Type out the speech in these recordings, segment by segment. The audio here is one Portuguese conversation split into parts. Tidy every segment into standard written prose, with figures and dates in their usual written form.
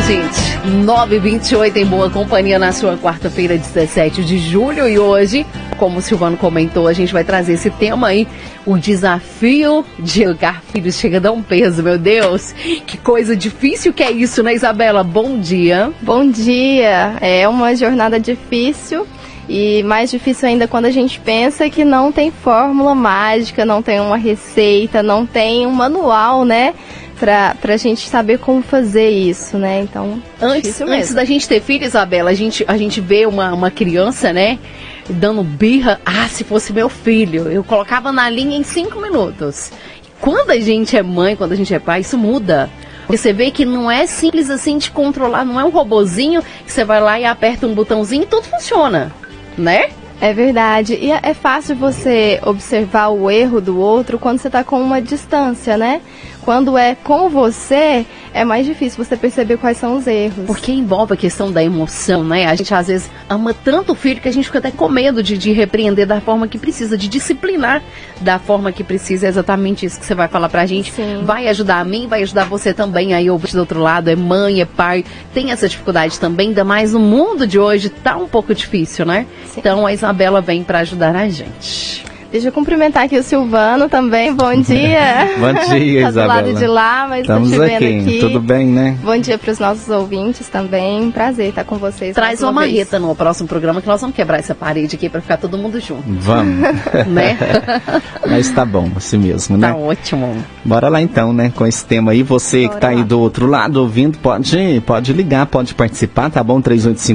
gente? 9h28 em boa companhia na sua quarta-feira, 17 de julho. E hoje, como o Silvano comentou, a gente vai trazer esse tema aí, o desafio de educar filhos. Chega a dar um peso, meu Deus. Que coisa difícil que é isso, né, Isabela? Bom dia. Bom dia. É uma jornada difícil. E mais difícil ainda quando a gente pensa que não tem fórmula mágica, não tem uma receita, não tem um manual, né? Pra gente saber como fazer isso, né? Então, antes da gente ter filho, Isabela, a gente vê uma criança, né? Dando birra. Ah, se fosse meu filho, eu colocava na linha em 5 minutos. Quando a gente é mãe, quando a gente é pai, isso muda. Você vê que não é simples assim de controlar, não é um robozinho que você vai lá e aperta um botãozinho e tudo funciona, né? É verdade. E é fácil você observar o erro do outro quando você está com uma distância, né? Quando é com você, é mais difícil você perceber quais são os erros. Porque envolve a questão da emoção, né? A gente às vezes ama tanto o filho que a gente fica até com medo de repreender da forma que precisa, de disciplinar da forma que precisa. É exatamente isso que você vai falar pra gente. Sim. Vai ajudar a mim, vai ajudar você também. Aí ouvinte do outro lado, é mãe, é pai, tem essa dificuldade também, ainda mais no mundo de hoje, tá um pouco difícil, né? Sim. Então a Isabela vem pra ajudar a gente. Deixa eu cumprimentar aqui o Silvano também, bom dia. Bom dia, tá Isabela. do lado de lá, mas estamos tô te vendo aqui. Tudo bem, né? Bom dia para os nossos ouvintes também, prazer estar com vocês. Traz uma marreta no próximo programa que nós vamos quebrar essa parede aqui para ficar todo mundo junto. Vamos. Né? Mas tá bom, assim mesmo, né? Tá ótimo. Bora lá então, né, com esse tema aí. Você que tá aí do outro lado ouvindo, pode ligar, pode participar, tá bom?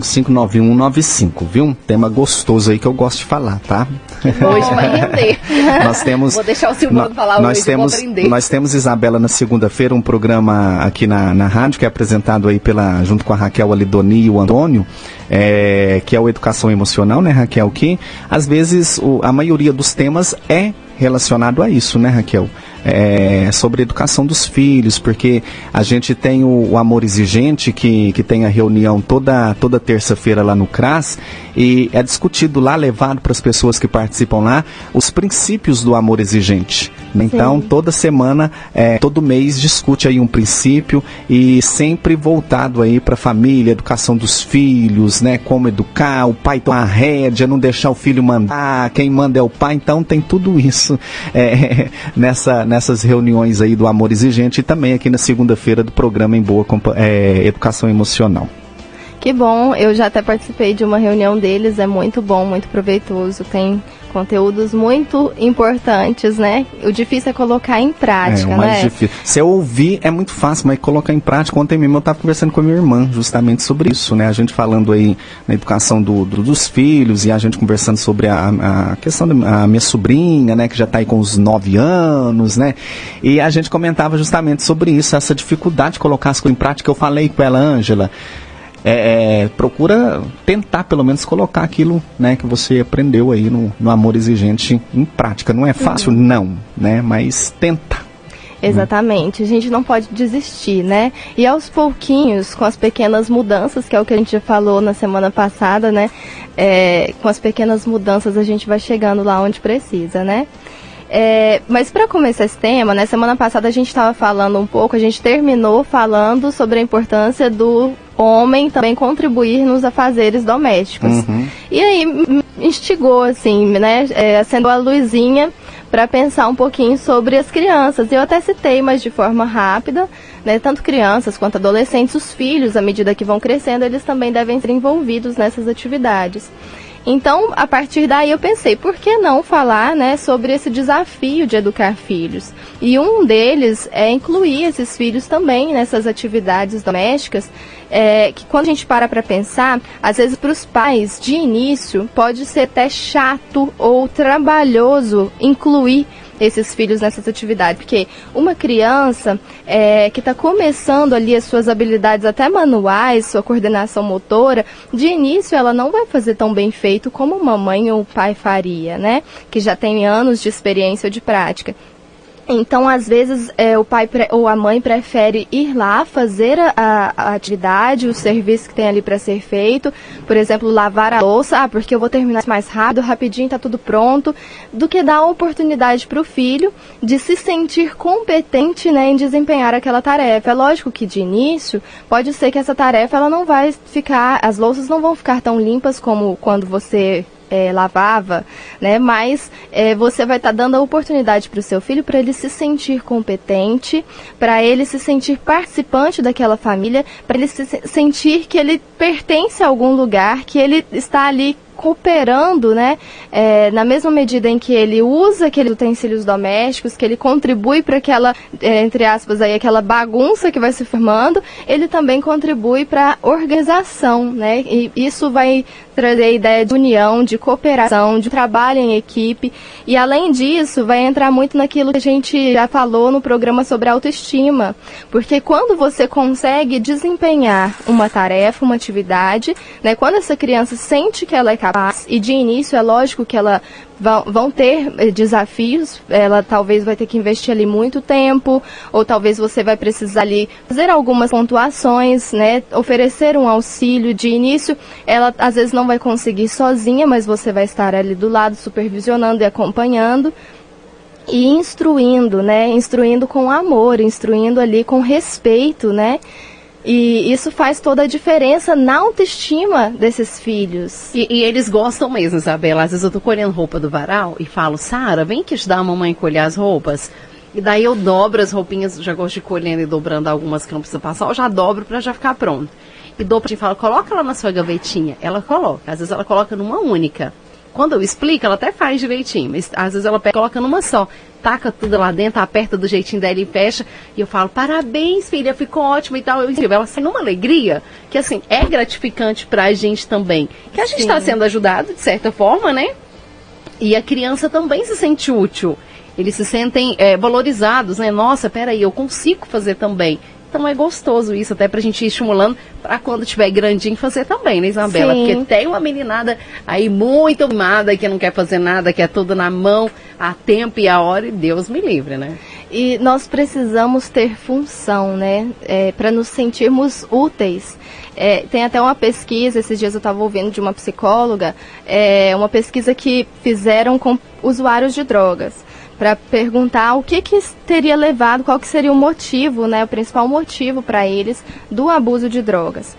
3855-9195, viu? Tema gostoso aí que eu gosto de falar, tá? Hoje vai render. Nós temos, vou deixar o Silvano falar hoje, vou aprender. Nós temos, Isabela, na segunda-feira, um programa aqui na rádio, que é apresentado aí junto com a Raquel Alidoni e o Antônio, que é o Educação Emocional, né, Raquel? Que, às vezes, a maioria dos temas é relacionado a isso, né, Raquel? Sobre a educação dos filhos, porque a gente tem o Amor Exigente, que tem a reunião toda terça-feira lá no CRAS, e é discutido lá, levado para as pessoas que participam lá, os princípios do amor exigente. Então, toda semana, todo mês, discute aí um princípio, e sempre voltado aí para a família, educação dos filhos, né, como educar, o pai tomar a rédea, não deixar o filho mandar, quem manda é o pai. Então tem tudo isso nessas reuniões aí do Amor Exigente, e também aqui na segunda-feira do programa Em Boa Educação Emocional. Que bom, eu já até participei de uma reunião deles, é muito bom, muito proveitoso, tem conteúdos muito importantes, né? O difícil é colocar em prática, né? Difícil. Se eu ouvir é muito fácil, mas colocar em prática, ontem mesmo eu estava conversando com a minha irmã justamente sobre isso, né? A gente falando aí na educação dos filhos, e a gente conversando sobre a questão da minha sobrinha, né? Que já está aí com uns 9 anos, né? E a gente comentava justamente sobre isso, essa dificuldade de colocar as coisas em prática. Eu falei com ela, Ângela, procura tentar pelo menos colocar aquilo, né, que você aprendeu aí no Amor Exigente em prática. Não é fácil, não, né, mas tenta. Exatamente, a gente não pode desistir, né? E aos pouquinhos, com as pequenas mudanças, que é o que a gente já falou na semana passada, né? Com as pequenas mudanças a gente vai chegando lá onde precisa, né? Mas para começar esse tema, né, semana passada a gente estava falando um pouco, a gente terminou falando sobre a importância do homem também contribuir nos afazeres domésticos. E aí instigou, assim, né, acendeu a luzinha para pensar um pouquinho sobre as crianças. Eu até citei, mas de forma rápida, né, tanto crianças quanto adolescentes, os filhos, à medida que vão crescendo, eles também devem ser envolvidos nessas atividades. Então, a partir daí eu pensei, por que não falar, né, sobre esse desafio de educar filhos? E um deles é incluir esses filhos também nessas atividades domésticas, que quando a gente para pensar, às vezes para os pais, de início, pode ser até chato ou trabalhoso incluir esses filhos nessas atividades, porque uma criança que está começando ali as suas habilidades até manuais, sua coordenação motora, de início ela não vai fazer tão bem feito como uma mãe ou o pai faria, né? Que já tem anos de experiência ou de prática. Então, às vezes, o pai ou a mãe prefere ir lá fazer a atividade, o serviço que tem ali para ser feito. Por exemplo, lavar a louça, porque eu vou terminar mais rápido, rapidinho, está tudo pronto. Do que dar a oportunidade para o filho de se sentir competente, né, em desempenhar aquela tarefa. É lógico que, de início, pode ser que essa tarefa ela não vai ficar, as louças não vão ficar tão limpas como quando você lavava, né? Mas você vai estar dando a oportunidade para o seu filho para ele se sentir competente, para ele se sentir participante daquela família, para ele se sentir que ele pertence a algum lugar, que ele está ali cooperando, né, na mesma medida em que ele usa aqueles utensílios domésticos, que ele contribui para aquela, entre aspas, aí, aquela bagunça que vai se formando, ele também contribui para a organização, né, e isso vai trazer a ideia de união, de cooperação, de trabalho em equipe, e além disso, vai entrar muito naquilo que a gente já falou no programa sobre autoestima, porque quando você consegue desempenhar uma tarefa, uma atividade, né, quando essa criança sente que ela é capaz, e de início é lógico que ela vão ter desafios, ela talvez vai ter que investir ali muito tempo, ou talvez você vai precisar ali fazer algumas pontuações, né, oferecer um auxílio. De início, ela às vezes não vai conseguir sozinha, mas você vai estar ali do lado supervisionando e acompanhando. E instruindo, né, instruindo com amor, instruindo ali com respeito, né. E isso faz toda a diferença na autoestima desses filhos. E eles gostam mesmo, Isabela. Às vezes eu tô colhendo roupa do varal e falo, Sara, vem que ajudar a mamãe a colher as roupas. E daí eu dobro as roupinhas, já gosto de colhendo e dobrando algumas que não precisa passar, eu já dobro pra já ficar pronto. E dou pra gente fala, coloca ela na sua gavetinha. Ela coloca, às vezes ela coloca numa única. Quando eu explico, ela até faz direitinho, mas às vezes ela coloca numa só. Taca tudo lá dentro, aperta do jeitinho dela e fecha. E eu falo, parabéns, filha, ficou ótimo e tal. Eu escrevo, ela sai numa alegria, que assim, é gratificante pra gente também. Que a gente está sendo ajudado, de certa forma, né? E a criança também se sente útil. Eles se sentem valorizados, né? Nossa, peraí, eu consigo fazer também. Então é gostoso isso, até pra gente ir estimulando pra quando tiver grandinho fazer também, né, Isabela? Sim. Porque tem uma meninada aí muito amada que não quer fazer nada, que é tudo na mão, a tempo e a hora, e Deus me livre, né? E nós precisamos ter função, né, para nos sentirmos úteis. Tem até uma pesquisa, esses dias eu estava ouvindo de uma psicóloga, uma pesquisa que fizeram com usuários de drogas, para perguntar o que teria levado, qual que seria o motivo, né, o principal motivo para eles do abuso de drogas.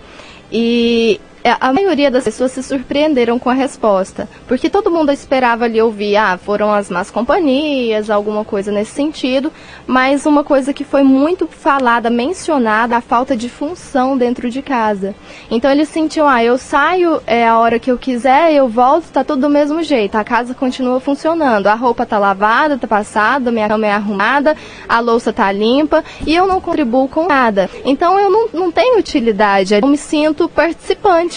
E a maioria das pessoas se surpreenderam com a resposta, porque todo mundo esperava ali ouvir, foram as más companhias, alguma coisa nesse sentido, mas uma coisa que foi muito falada, mencionada, a falta de função dentro de casa. Então eles sentiam, eu saio a hora que eu quiser, eu volto, tá tudo do mesmo jeito, a casa continua funcionando, a roupa tá lavada, tá passada, minha cama é arrumada, a louça tá limpa, e eu não contribuo com nada. Então eu não tenho utilidade, eu me sinto participante.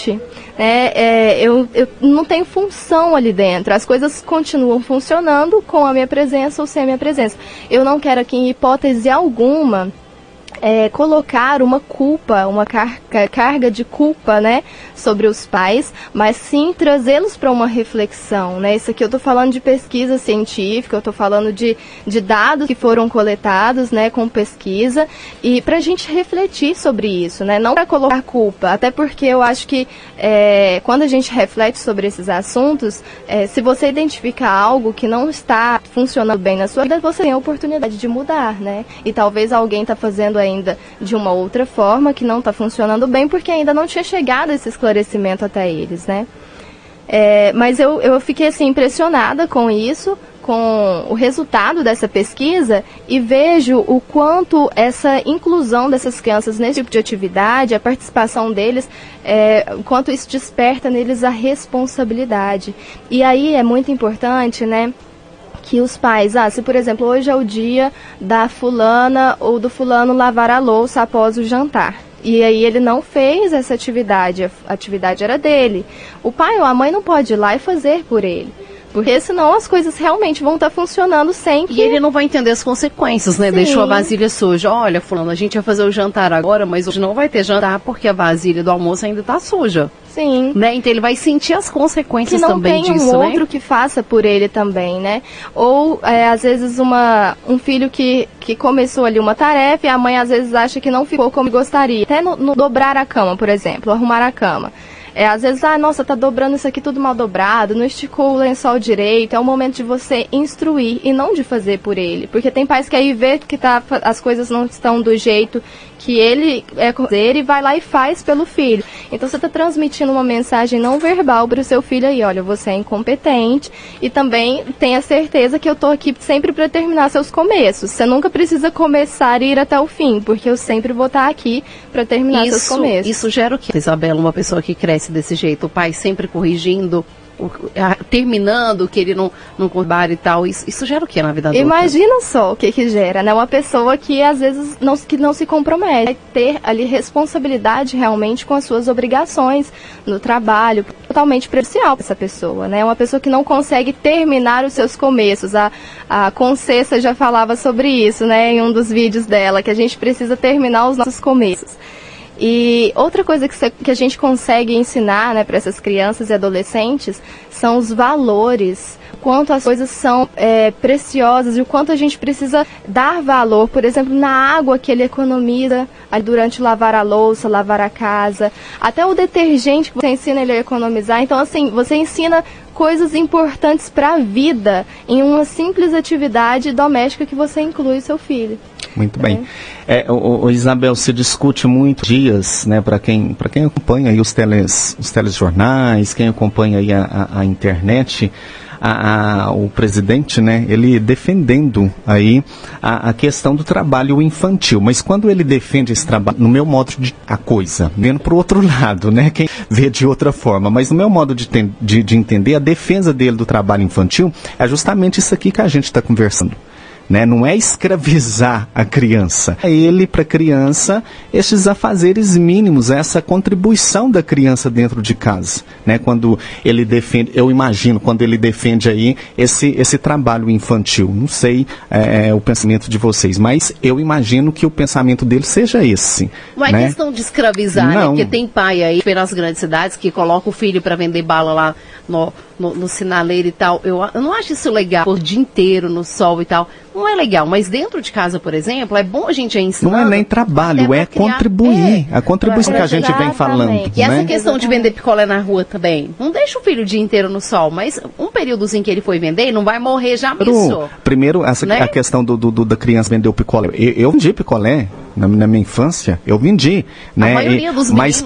Eu não tenho função ali dentro, as coisas continuam funcionando com a minha presença ou sem a minha presença. Eu não quero aqui, em hipótese alguma, colocar uma culpa, uma carga de culpa, né, sobre os pais, mas sim trazê-los para uma reflexão, né? Isso aqui eu estou falando de pesquisa científica, eu estou falando de dados que foram coletados, né, com pesquisa, e para a gente refletir sobre isso, né? Não para colocar culpa, até porque eu acho que quando a gente reflete sobre esses assuntos, se você identificar algo que não está funcionando bem na sua vida, você tem a oportunidade de mudar, né? E talvez alguém está fazendo ainda de uma outra forma, que não está funcionando bem, porque ainda não tinha chegado esse esclarecimento até eles, né? Mas eu fiquei assim impressionada com isso, com o resultado dessa pesquisa, e vejo o quanto essa inclusão dessas crianças nesse tipo de atividade, a participação deles, o quanto isso desperta neles a responsabilidade. E aí é muito importante, né, que os pais, se por exemplo hoje é o dia da fulana ou do fulano lavar a louça após o jantar, e aí ele não fez essa atividade, a atividade era dele, o pai ou a mãe não pode ir lá e fazer por ele, porque senão as coisas realmente vão estar funcionando sem que... E ele não vai entender as consequências, né? Sim. Deixou a vasilha suja. Olha, fulano, a gente vai fazer o jantar agora, mas hoje não vai ter jantar porque a vasilha do almoço ainda está suja. Sim. Né? Então ele vai sentir as consequências que não também tem disso, um outro que faça por ele também, né? Ou às vezes um filho que começou ali uma tarefa e a mãe às vezes acha que não ficou como gostaria. Até no dobrar a cama, por exemplo, arrumar a cama. Às vezes, nossa, tá dobrando isso aqui tudo mal dobrado, não esticou o lençol direito. É o momento de você instruir e não de fazer por ele. Porque tem pais que aí vê que as coisas não estão do jeito que ele é fazer e vai lá e faz pelo filho. Então você está transmitindo uma mensagem não verbal para o seu filho aí, olha, você é incompetente e também tenha certeza que eu estou aqui sempre para terminar seus começos. Você nunca precisa começar e ir até o fim, porque eu sempre vou estar aqui para terminar seus começos. Isso gera o quê, Isabela, uma pessoa que cresce desse jeito, o pai sempre corrigindo, terminando o que ele não trabalha e tal, isso gera o que na vida adulta? Imagina só o que gera, né? Uma pessoa que às vezes não se compromete, vai ter ali responsabilidade realmente com as suas obrigações no trabalho, totalmente prejudicial para essa pessoa, né? Uma pessoa que não consegue terminar os seus começos. A Concessa já falava sobre isso, né? Em um dos vídeos dela, que a gente precisa terminar os nossos começos. E outra coisa que a gente consegue ensinar, né, para essas crianças e adolescentes são os valores, quanto as coisas são preciosas e o quanto a gente precisa dar valor, por exemplo, na água que ele economiza durante lavar a louça, lavar a casa, até o detergente que você ensina ele a economizar. Então, assim, você ensina coisas importantes para a vida em uma simples atividade doméstica que você inclui o seu filho. Muito bem. Isabel, se discute muito dias, né, para quem acompanha aí os telejornais, quem acompanha aí a internet, o presidente, né, ele defendendo aí a questão do trabalho infantil. Mas quando ele defende esse trabalho, no meu modo de a coisa, vendo para o outro lado, né, quem vê de outra forma, mas no meu modo de entender, a defesa dele do trabalho infantil é justamente isso aqui que a gente está conversando. Né? Não é escravizar a criança. É ele, para a criança, esses afazeres mínimos, essa contribuição da criança dentro de casa. Né? Quando ele defende, eu imagino, quando ele defende aí esse trabalho infantil. Não sei o pensamento de vocês, mas eu imagino que o pensamento dele seja esse. Não é questão de escravizar, não. Né? Porque tem pai aí, pelas grandes cidades, que coloca o filho para vender bala lá no sinaleiro e tal. Eu não acho isso legal, o dia inteiro no sol e tal. Não é legal, mas dentro de casa, por exemplo, é bom a gente ensinar. Não é nem trabalho, é contribuir. A contribuição que a gente vem falando. E essa questão de vender picolé na rua também. Não deixa o filho o dia inteiro no sol, mas um períodozinho que ele foi vender, ele não vai morrer já nisso. Primeiro, a questão da criança vender o picolé. Eu vendi picolé na minha infância, eu vendi. Né? A maioria dos meninos.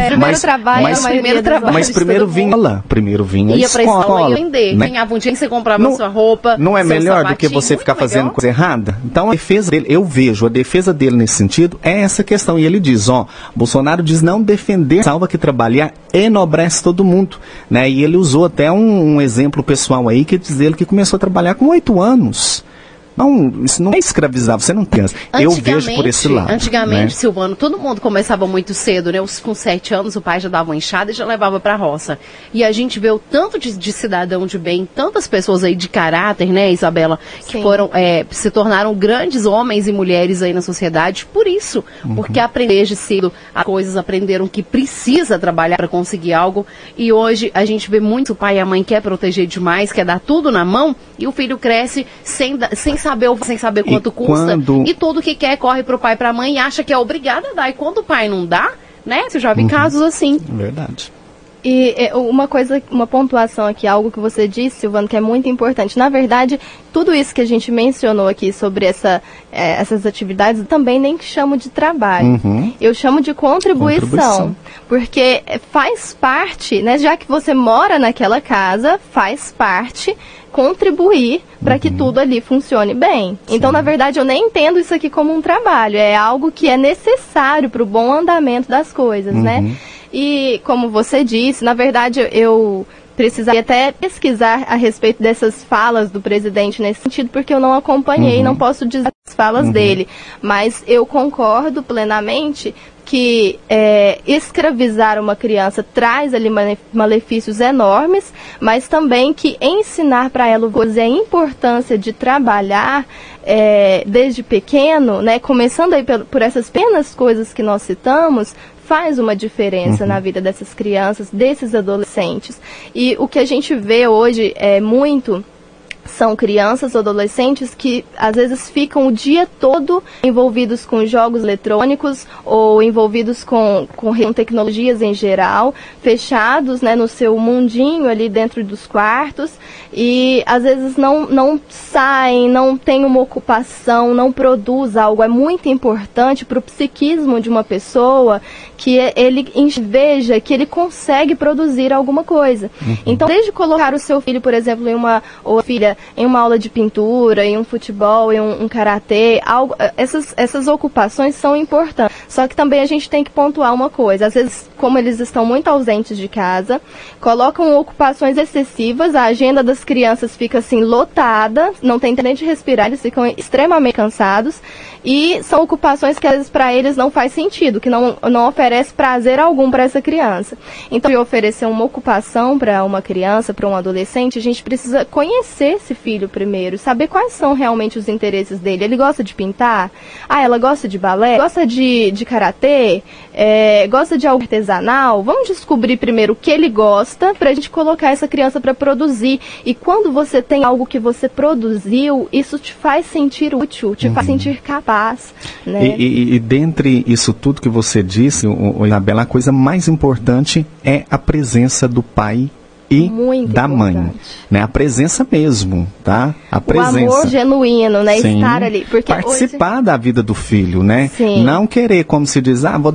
Mas primeiro vinha ia pra escola e ia vender. Né? Ganhava um dia que você comprava sua roupa. Não é melhor do que você ficar fazendo coisa errada? Então a defesa dele, eu vejo a defesa dele nesse sentido, é essa questão. E ele diz, Bolsonaro diz não defender, salva que trabalhar enobrece todo mundo. Né? E ele usou até um exemplo pessoal aí, que diz ele que começou a trabalhar com 8 anos. Não, isso não é escravizar, você não tem. Eu vejo por esse lado. Antigamente, né? Silvano, todo mundo começava muito cedo, né? Com 7 anos o pai já dava uma enxada e já levava pra roça. E a gente vê o tanto de cidadão de bem, tantas pessoas aí de caráter, né, Isabela? Que foram, se tornaram grandes homens e mulheres aí na sociedade por isso. Porque aprender de cedo as coisas, aprenderam que precisa trabalhar para conseguir algo. E hoje a gente vê muito o pai e a mãe quer proteger demais, quer dar tudo na mão, e o filho cresce sem saber quanto custa, e tudo que quer corre pro pai e pra mãe e acha que é obrigado a dar, e quando o pai não dá, né, você já vi casos assim. Verdade. E uma pontuação aqui, algo que você disse, Silvano, que é muito importante. Na verdade, tudo isso que a gente mencionou aqui sobre essas atividades, também nem chamo de trabalho. Eu chamo de contribuição. Porque faz parte, né, já que você mora naquela casa, faz parte contribuir para que tudo ali funcione bem. Sim. Então, na verdade, eu nem entendo isso aqui como um trabalho. É algo que é necessário para o bom andamento das coisas, né? E, como você disse, na verdade, eu precisaria até pesquisar a respeito dessas falas do presidente nesse sentido, porque eu não acompanhei, não posso dizer as falas dele. Mas eu concordo plenamente que escravizar uma criança traz ali malefícios enormes, mas também que ensinar para ela a importância de trabalhar desde pequeno, né, começando aí por essas pequenas coisas que nós citamos, faz uma diferença na vida dessas crianças, desses adolescentes. E o que a gente vê hoje é muito... são crianças ou adolescentes que às vezes ficam o dia todo envolvidos com jogos eletrônicos ou envolvidos com tecnologias em geral, fechados, né, no seu mundinho ali dentro dos quartos, e às vezes não saem, não têm uma ocupação, não produz algo. É muito importante para o psiquismo de uma pessoa que ele veja que ele consegue produzir alguma coisa. Então, desde colocar o seu filho, por exemplo, ou a filha em uma aula de pintura, em um futebol, em um karatê, essas ocupações são importantes. Só que também a gente tem que pontuar uma coisa. Às vezes, como eles estão muito ausentes de casa, colocam ocupações excessivas, a agenda das crianças fica assim lotada, não tem tempo de respirar, eles ficam extremamente cansados, e são ocupações que às vezes para eles não faz sentido, que não oferece prazer algum para essa criança. Então, de oferecer uma ocupação para uma criança, para um adolescente, a gente precisa conhecer esse filho primeiro, saber quais são realmente os interesses dele. Ele gosta de pintar? Ela gosta de balé? Gosta de karatê? Gosta de algo artesanal? Vamos descobrir primeiro o que ele gosta para a gente colocar essa criança para produzir. E quando você tem algo que você produziu, isso te faz sentir útil, te faz sentir capaz. Né? E dentre isso tudo que você disse, Isabela, a coisa mais importante é a presença do pai e muito da importante. Mãe, né? A presença mesmo, tá? A presença. O amor genuíno, né? Sim. Estar ali. Porque participar da vida do filho, né? Sim. Não querer, como se diz, vou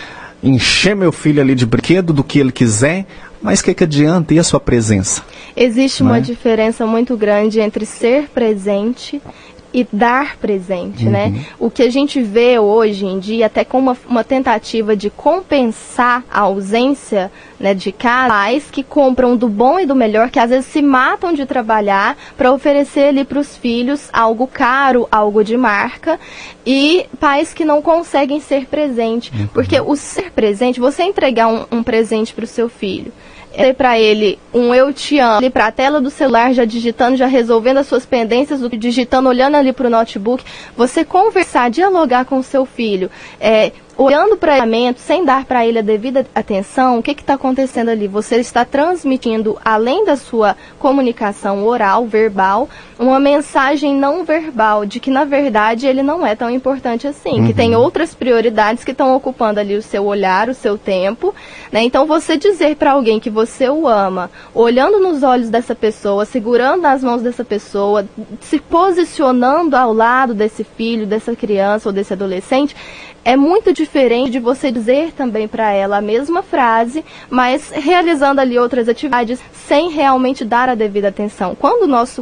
encher meu filho ali de brinquedo do que ele quiser, mas o que adianta? E a sua presença? Existe uma diferença muito grande entre ser presente e dar presente, né? O que a gente vê hoje em dia, até com uma tentativa de compensar a ausência, né, de pais que compram do bom e do melhor, que às vezes se matam de trabalhar para oferecer ali para os filhos algo caro, algo de marca, e pais que não conseguem ser presente. Porque o ser presente, você entregar um presente para o seu filho, para ele eu te amo, ali para a tela do celular, já digitando, já resolvendo as suas pendências, digitando, olhando ali para o notebook, você conversar, dialogar com o seu filho, olhando para ele, sem dar para ele a devida atenção, o que está acontecendo ali? Você está transmitindo, além da sua comunicação oral, verbal, uma mensagem não verbal, de que na verdade ele não é tão importante assim, que tem outras prioridades que estão ocupando ali o seu olhar, o seu tempo, né? Então você dizer para alguém que você o ama, olhando nos olhos dessa pessoa, segurando nas mãos dessa pessoa, se posicionando ao lado desse filho, dessa criança ou desse adolescente, é muito diferente de você dizer também para ela a mesma frase, mas realizando ali outras atividades sem realmente dar a devida atenção. Quando nós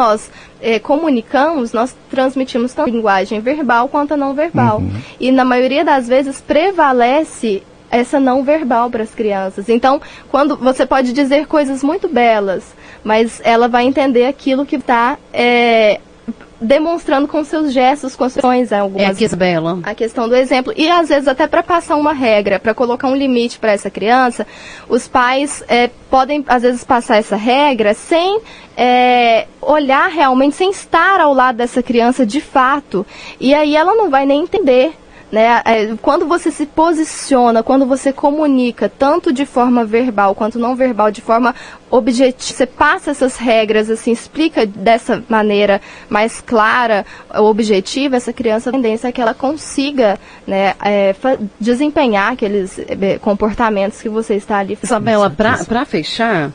comunicamos, nós transmitimos tanto a linguagem verbal quanto a não verbal. E na maioria das vezes prevalece essa não verbal para as crianças. Então, quando você pode dizer coisas muito belas, mas ela vai entender aquilo que está demonstrando com seus gestos, com as ações, a questão do exemplo. E às vezes até para passar uma regra, para colocar um limite para essa criança, os pais podem às vezes passar essa regra sem olhar realmente, sem estar ao lado dessa criança de fato. E aí ela não vai nem entender. Né? Quando você se posiciona, quando você comunica, tanto de forma verbal quanto não verbal, de forma objetiva, você passa essas regras, assim, explica dessa maneira mais clara, objetiva, essa criança, a tendência é que ela consiga, né, desempenhar aqueles comportamentos que você está ali fazendo. Isabela, para fechar,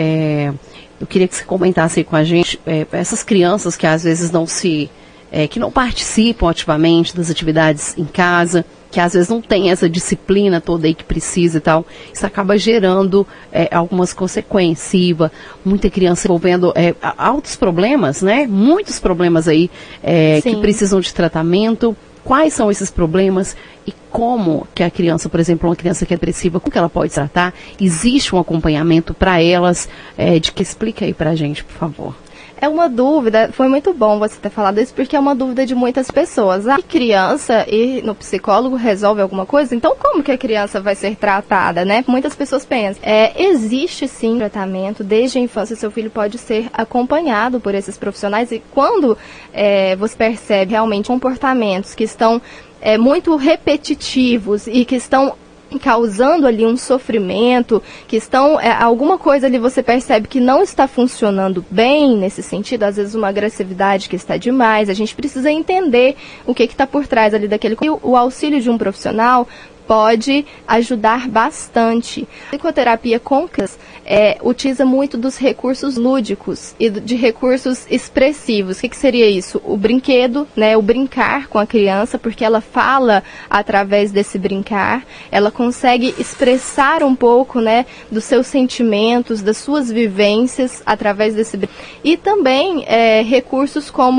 eu queria que você comentasse aí com a gente, essas crianças que às vezes que não participam ativamente das atividades em casa, que às vezes não tem essa disciplina toda aí que precisa e tal, isso acaba gerando algumas consequências, muita criança envolvendo altos problemas, né? Muitos problemas aí que precisam de tratamento. Quais são esses problemas e como que a criança, por exemplo, uma criança que é depressiva, como que ela pode tratar? Existe um acompanhamento para elas? Explica aí para a gente, por favor. É uma dúvida, foi muito bom você ter falado isso, porque é uma dúvida de muitas pessoas. A criança ir no psicólogo resolve alguma coisa? Então como que a criança vai ser tratada, né? Muitas pessoas pensam. Existe sim tratamento, desde a infância seu filho pode ser acompanhado por esses profissionais, e quando você percebe realmente comportamentos que estão muito repetitivos e que estão causando ali um sofrimento, que estão, alguma coisa ali você percebe que não está funcionando bem nesse sentido, às vezes uma agressividade que está demais, a gente precisa entender o que está por trás ali daquele... O auxílio de um profissional pode ajudar bastante. A psicoterapia com crianças utiliza muito dos recursos lúdicos e de recursos expressivos. O que seria isso? O brinquedo, né? O brincar com a criança, porque ela fala através desse brincar, ela consegue expressar um pouco, né, dos seus sentimentos, das suas vivências através desse brincar. E também recursos como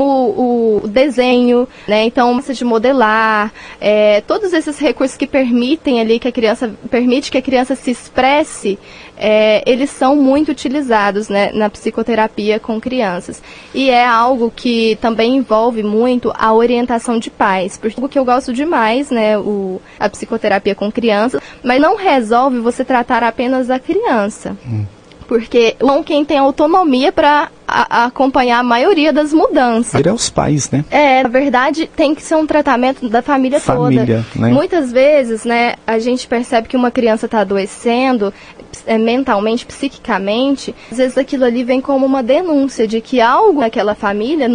o desenho, né? Então, de modelar, todos esses recursos que permitem ali que a criança se expresse, eles são muito utilizados, né, na psicoterapia com crianças. E é algo que também envolve muito a orientação de pais, porque o que eu gosto demais, né, a psicoterapia com crianças, mas não resolve você tratar apenas a criança. Porque quem tem autonomia para acompanhar a maioria das mudanças. É os pais, né? Na verdade, tem que ser um tratamento da família toda. Né? Muitas vezes, né, a gente percebe que uma criança está adoecendo mentalmente, psiquicamente, às vezes aquilo ali vem como uma denúncia de que algo naquela família,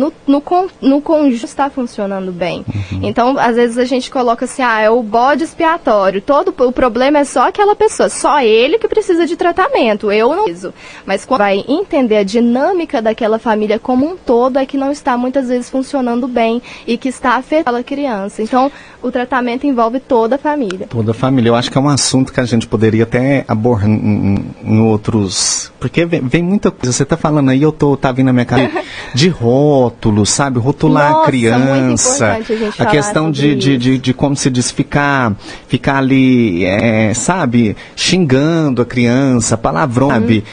no conjunto, está funcionando bem. Então, às vezes a gente coloca assim, é o bode expiatório, o problema é só aquela pessoa, só ele que precisa de tratamento, eu não preciso. Mas quando vai entender a dinâmica daquela família como um todo, é que não está muitas vezes funcionando bem e que está afetando a criança. Então, o tratamento envolve toda a família. Toda a família. Eu acho que é um assunto que a gente poderia até abordar em outros... Porque vem muita coisa. Você está falando aí, tá vindo na minha cara de rótulos, sabe? Rotular a criança. A questão de como se diz, ficar ali, sabe? Xingando a criança, palavrão, sabe?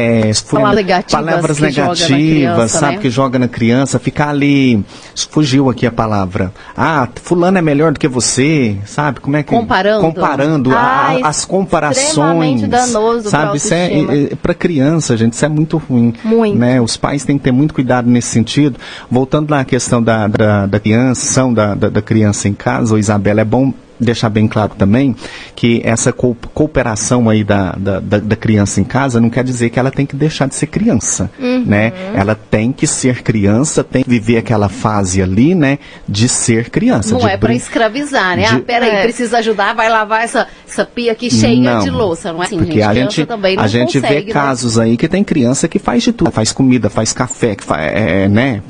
Palavras negativas, sabe? Né? Que joga na criança, ficar ali... Fugiu aqui a palavra. Fulano é melhor do que você, sabe? Como é que... Comparando as comparações. Extremamente danoso, sabe? Isso para criança, gente, isso é muito ruim. Muito. Né? Os pais têm que ter muito cuidado nesse sentido. Voltando lá à questão da criança, da criança em casa, Isabela, é bom deixar bem claro também que essa cooperação aí da criança em casa não quer dizer que ela tem que deixar de ser criança, né? Ela tem que ser criança, tem que viver aquela fase ali, né, de ser criança. Não é para escravizar, né? Peraí, precisa ajudar, vai lavar essa pia aqui cheia de louça, não é assim, porque a gente vê casos aí que tem criança que faz de tudo, faz comida, faz café, né?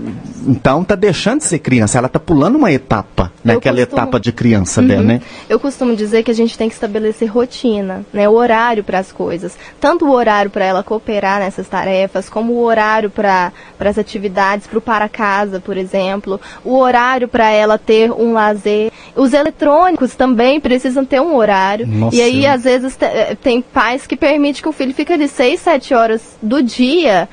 Então tá deixando de ser criança, ela tá pulando uma etapa, né? Aquela etapa de criança dela, né? Eu costumo dizer que a gente tem que estabelecer rotina, né? O horário para as coisas. Tanto o horário para ela cooperar nessas tarefas, como o horário para as atividades, para o para casa, por exemplo. O horário para ela ter um lazer. Os eletrônicos também precisam ter um horário. Nossa. E aí, às vezes, tem pais que permitem que o filho fique ali 6, 7 horas do dia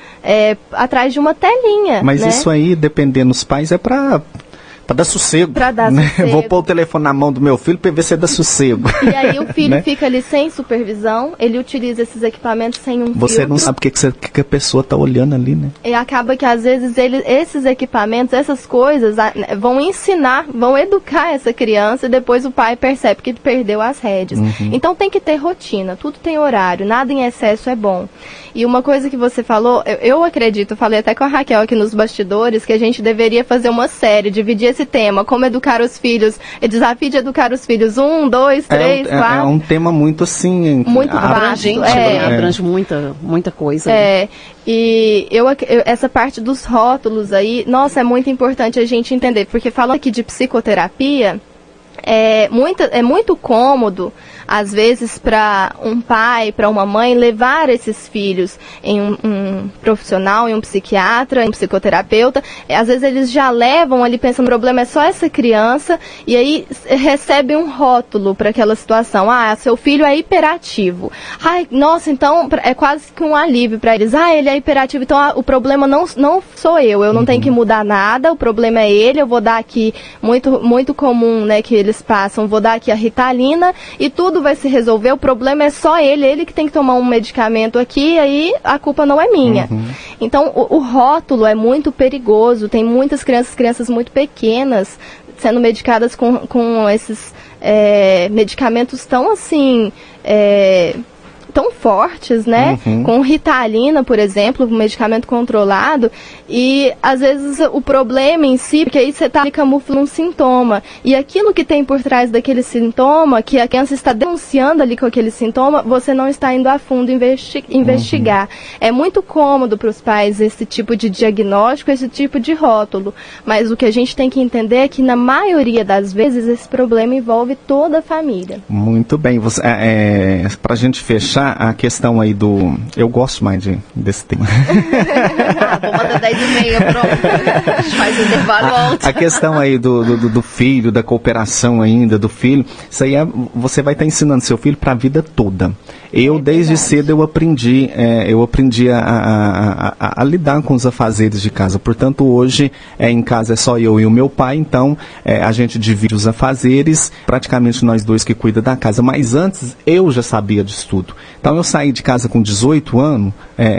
atrás de uma telinha. Mas né? Isso aí, dependendo dos pais, é para dar sossego. Pra dar sossego. Vou pôr o telefone na mão do meu filho para ver se dá sossego. E aí o filho né? fica ali sem supervisão, ele utiliza esses equipamentos sem um Você filtro. Não sabe o que a pessoa está olhando ali, né? E acaba que às vezes esses equipamentos, essas coisas vão ensinar, vão educar essa criança e depois o pai percebe que perdeu as rédeas. Então tem que ter rotina, tudo tem horário, nada em excesso é bom. E uma coisa que você falou, eu acredito, falei até com a Raquel aqui nos bastidores, que a gente deveria fazer uma série, dividir esse tema, como educar os filhos, desafio de educar os filhos, 1, 2, 3, 4. É um tema muito assim... Muito abrangente, abrange muita coisa. E essa parte dos rótulos aí, nossa, é muito importante a gente entender, porque falando aqui de psicoterapia, é muito cômodo, às vezes, para um pai, para uma mãe, levar esses filhos em um profissional, em um psiquiatra, em um psicoterapeuta. Às vezes eles já levam ali pensando, o problema é só essa criança, e aí recebe um rótulo para aquela situação. Seu filho é hiperativo. Nossa, então é quase que um alívio para eles. Ele é hiperativo, então o problema não sou eu não tenho que mudar nada, o problema é ele, eu vou dar aqui, muito comum, né, que eles passam, vou dar aqui a Ritalina e tudo vai se resolver, o problema é só ele que tem que tomar um medicamento aqui, e aí a culpa não é minha. Então o rótulo é muito perigoso, tem muitas crianças muito pequenas, sendo medicadas com esses medicamentos tão assim... tão fortes, né? Com Ritalina, por exemplo, um medicamento controlado, e às vezes o problema em si, porque aí você está camuflando um sintoma, e aquilo que tem por trás daquele sintoma, que a criança está denunciando ali com aquele sintoma, você não está indo a fundo investigar. É muito cômodo para os pais esse tipo de diagnóstico, esse tipo de rótulo, mas o que a gente tem que entender é que na maioria das vezes esse problema envolve toda a família. Muito bem, para a gente fechar a questão aí do... Eu gosto mais desse tema. Vamos até 10h30, pronto. A gente faz o intervalo alto. A questão aí do filho, da cooperação ainda, do filho, isso aí você vai estar ensinando seu filho para a vida toda. Desde cedo, eu aprendi a lidar com os afazeres de casa. Portanto, hoje, em casa é só eu e o meu pai, então a gente divide os afazeres, praticamente nós dois que cuida da casa. Mas antes, eu já sabia disso tudo. Então, eu saí de casa com 18 anos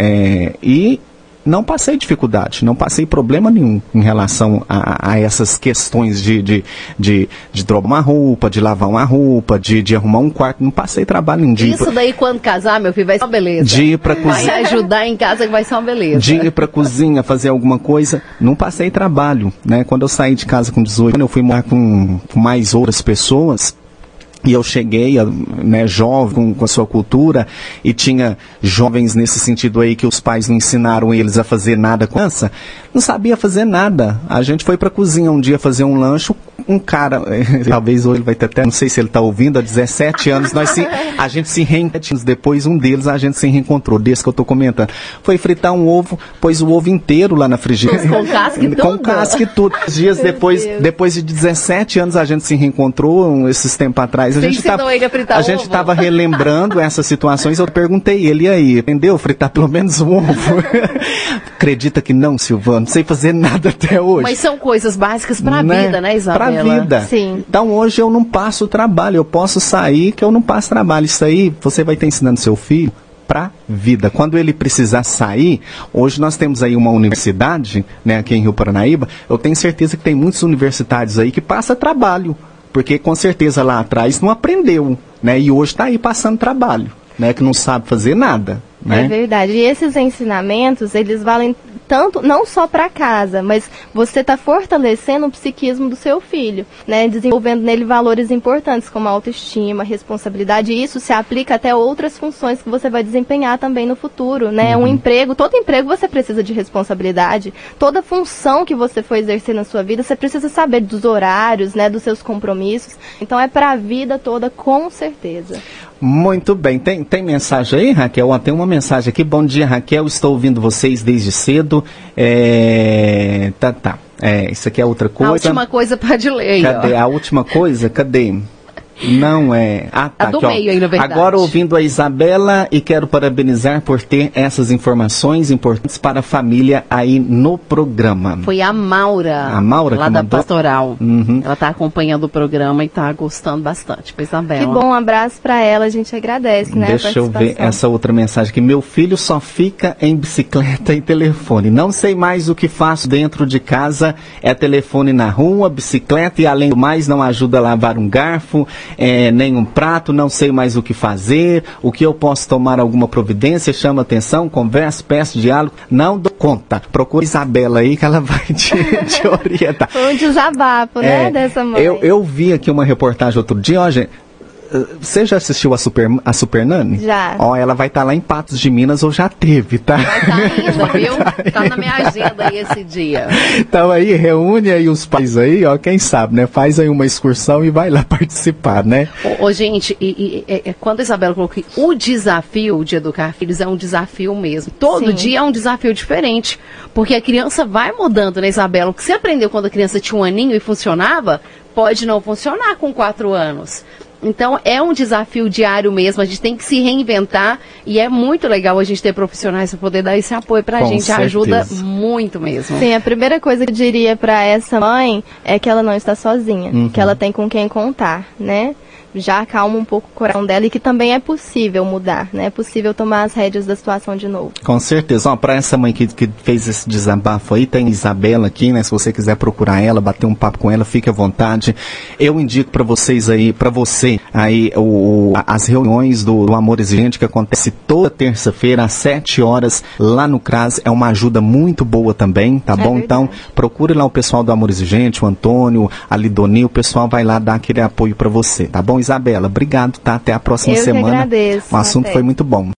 e não passei dificuldade, não passei problema nenhum em relação a essas questões de drobar uma roupa, de lavar uma roupa, de arrumar um quarto, não passei trabalho nenhum. Isso daí, quando casar, meu filho, vai ser uma beleza. De ir pra cozinha. Vai ajudar em casa que vai ser uma beleza. De ir pra cozinha, fazer alguma coisa, não passei trabalho, né? Quando eu saí de casa com 18 anos, eu fui morar com mais outras pessoas. E eu cheguei, né, jovem, com a sua cultura, e tinha jovens nesse sentido aí que os pais não ensinaram eles a fazer nada com a criança, não sabia fazer nada. A gente foi pra cozinha um dia fazer um lanche, um cara, talvez hoje ele vai ter até, não sei se ele está ouvindo, há 17 anos, a gente se reencontrou, depois um deles a gente se reencontrou, desse que eu estou comentando. Foi fritar um ovo, pôs o ovo inteiro lá na frigideira. Com casca e tudo? Com casca e tudo. Dias depois de 17 anos a gente se reencontrou, esses tempos atrás. A gente estava relembrando essas situações. Eu perguntei ele, e aí, aprendeu a fritar pelo menos um ovo? Acredita que não, Silvano? Não sei fazer nada até hoje. Mas são coisas básicas para a vida, né, Isabela? Para a vida. Sim. Então hoje eu não passo trabalho, eu posso sair que eu não passo trabalho. Isso aí você vai estar ensinando seu filho para vida. Quando ele precisar sair, hoje nós temos aí uma universidade, né, aqui em Rio Paranaíba, eu tenho certeza que tem muitos universitários aí que passam trabalho. Porque com certeza lá atrás não aprendeu, né? E hoje está aí passando trabalho, né? Que não sabe fazer nada, né? É verdade. E esses ensinamentos, eles valem tanto, não só para casa, mas você está fortalecendo o psiquismo do seu filho, né? Desenvolvendo nele valores importantes como a autoestima, responsabilidade, e isso se aplica até a outras funções que você vai desempenhar também no futuro, né? Um emprego, todo emprego você precisa de responsabilidade, toda função que você for exercer na sua vida, você precisa saber dos horários, né? Dos seus compromissos, então é para a vida toda, com certeza. Muito bem, tem mensagem aí, Raquel? Tem uma mensagem aqui. Bom dia, Raquel, estou ouvindo vocês desde cedo. Isso aqui é outra coisa. A última coisa pode ler. Cadê? A última coisa? Cadê? Não é. Tá do aqui, meio aí, na verdade. Agora ouvindo a Isabela e quero parabenizar por ter essas informações importantes para a família aí no programa. Foi a Maura. A Maura lá que da mandou? Pastoral. Ela está acompanhando o programa e está gostando bastante. Foi Isabela. Que bom, um abraço para ela, a gente agradece, né? Deixa eu ver essa outra mensagem aqui. Meu filho só fica em bicicleta e telefone. Não sei mais o que faço dentro de casa. É telefone na rua, bicicleta e além do mais não ajuda a lavar um garfo. Nem um prato, não sei mais o que fazer, o que eu posso tomar alguma providência, chama atenção, conversa, peço diálogo, não dou conta. Procura Isabela aí que ela vai te orientar. Foi um desabafo, né, dessa mãe. Eu vi aqui uma reportagem outro dia, ó, gente. Você já assistiu a Super Nani? Já. Ó, ela vai estar lá em Patos de Minas, ou já teve, tá? Vai estar ainda, viu? Tá na minha agenda aí esse dia. Então aí, reúne aí os pais aí, ó, quem sabe, né? Faz aí uma excursão e vai lá participar, né? Gente, quando a Isabela falou que o desafio de educar filhos é um desafio mesmo. Todo dia é um desafio diferente. Porque a criança vai mudando, né, Isabela? O que você aprendeu quando a criança tinha um aninho e funcionava, pode não funcionar com 4 anos. Então, é um desafio diário mesmo, a gente tem que se reinventar e é muito legal a gente ter profissionais para poder dar esse apoio para a gente, certeza. Ajuda muito mesmo. Sim, a primeira coisa que eu diria para essa mãe é que ela não está sozinha, que ela tem com quem contar, né? já acalma um pouco o coração dela e que também é possível mudar, né? É possível tomar as rédeas da situação de novo. Com certeza. Ó, para essa mãe que fez esse desabafo aí, tem Isabela aqui, né? Se você quiser procurar ela, bater um papo com ela, fique à vontade. Eu indico para vocês aí, para você aí, as reuniões do Amor Exigente que acontece toda terça-feira às 7 horas lá no CRAS. É uma ajuda muito boa também, tá bom? Verdade. Então, procure lá o pessoal do Amor Exigente, o Antônio, a Lidoni, o pessoal vai lá dar aquele apoio para você, tá bom? Isabela, obrigado, tá? Até a próxima semana. Eu que agradeço. O assunto Até. foi muito bom.